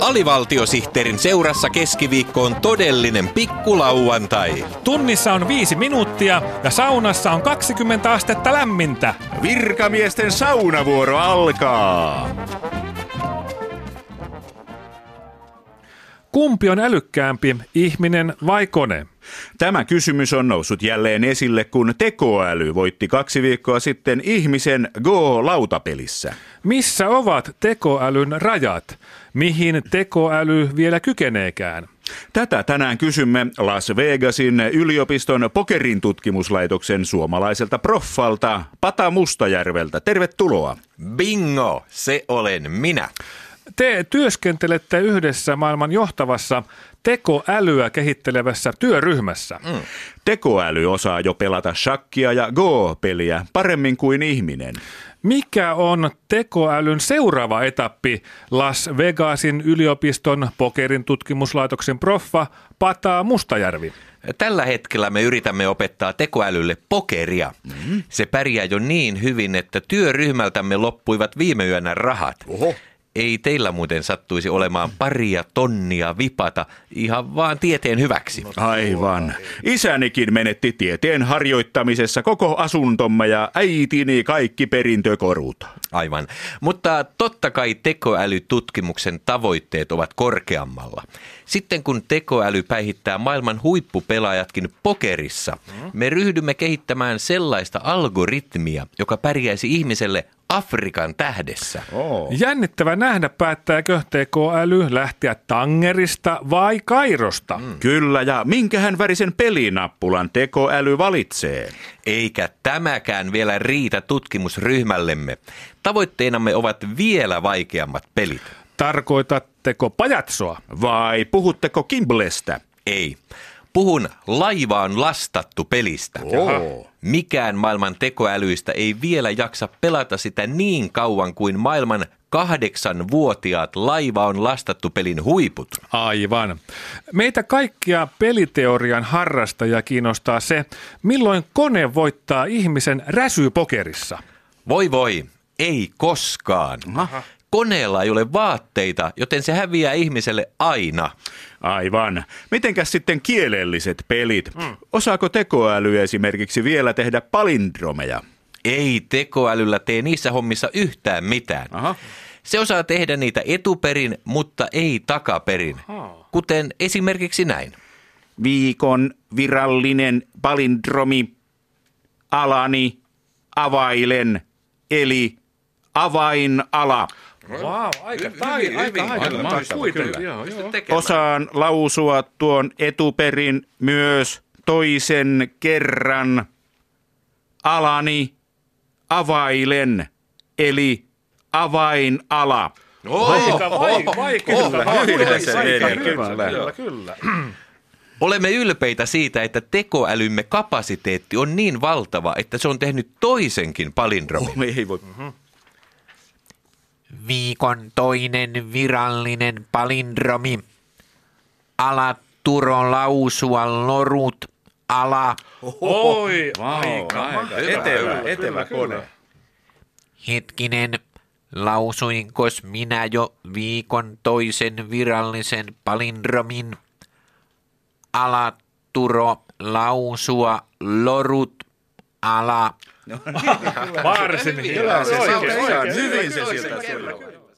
Alivaltiosihteerin seurassa keskiviikko on todellinen pikkulauantai. Tunnissa on 5 minuuttia ja saunassa on 20 astetta lämmintä. Virkamiesten saunavuoro alkaa. Kumpi on älykkäämpi, ihminen vai kone? Tämä kysymys on noussut jälleen esille, kun tekoäly voitti 2 viikkoa sitten ihmisen Go-lautapelissä. Missä ovat tekoälyn rajat? Mihin tekoäly vielä kykeneekään? Tätä tänään kysymme Las Vegasin yliopiston pokerin tutkimuslaitoksen suomalaiselta proffalta Pata Mustajärveltä. Tervetuloa. Bingo, se olen minä. Te työskentelette yhdessä maailman johtavassa tekoälyä kehittelevässä työryhmässä. Tekoäly osaa jo pelata shakkia ja Go-peliä paremmin kuin ihminen. Mikä on tekoälyn seuraava etappi? Las Vegasin yliopiston pokerin tutkimuslaitoksen proffa Pata Mustajärvi. Tällä hetkellä me yritämme opettaa tekoälylle pokeria. Se pärjää jo niin hyvin, että työryhmältämme loppuivat viime yönä rahat. Oho. Ei teillä muuten sattuisi olemaan 2 tonnia vipata ihan vaan tieteen hyväksi. Aivan. Isänikin menetti tieteen harjoittamisessa koko asuntomme ja äitini kaikki perintökorut. Aivan. Mutta totta kai tekoälytutkimuksen tavoitteet ovat korkeammalla. Sitten kun tekoäly päihittää maailman huippupelaajatkin pokerissa, me ryhdymme kehittämään sellaista algoritmia, joka pärjäisi ihmiselle Afrikan tähdessä. Jännittävä nähdä, päättääkö tekoäly lähteä Tangerista vai Kairosta. Kyllä, ja minkähän värisen pelinappulan tekoäly valitsee? Eikä tämäkään vielä riitä tutkimusryhmällemme. Tavoitteenamme ovat vielä vaikeammat pelit. Tarkoitatteko pajatsoa? Vai puhutteko Kimblestä? Ei. Puhun laivaan lastattu pelistä. Mikään maailman tekoälyistä ei vielä jaksa pelata sitä niin kauan kuin maailman 8-vuotiaat laiva on lastattu pelin huiput. Aivan. Meitä kaikkia peliteorian harrastajia kiinnostaa se, milloin kone voittaa ihmisen räsypokerissa. Voi, ei koskaan. Koneella ei ole vaatteita, joten se häviää ihmiselle aina. Aivan. Mitenkäs sitten kielelliset pelit? Osaako tekoäly esimerkiksi vielä tehdä palindromeja? Ei tekoälyllä tee niissä hommissa yhtään mitään. Se osaa tehdä niitä etuperin, mutta ei takaperin. Kuten esimerkiksi näin. Viikon virallinen palindromi. Alani, availen, eli avainala. Wow, aika Osaan lausua tuon etuperin myös toisen kerran. Alani, availen, eli avainala. Kyllä. Olemme ylpeitä siitä, että tekoälymme kapasiteetti on niin valtava, että se on tehnyt toisenkin palindromin. Ei voi. Viikon toinen virallinen palindromi. Ala Turo lausua lorut. Ala. Aika etevä kone. Hetkinen, lausuinkos minä jo viikon toisen virallisen palindromin? Ala Turo lausua lorut. Ala. Varsin hyvä. Hyvin se siltä.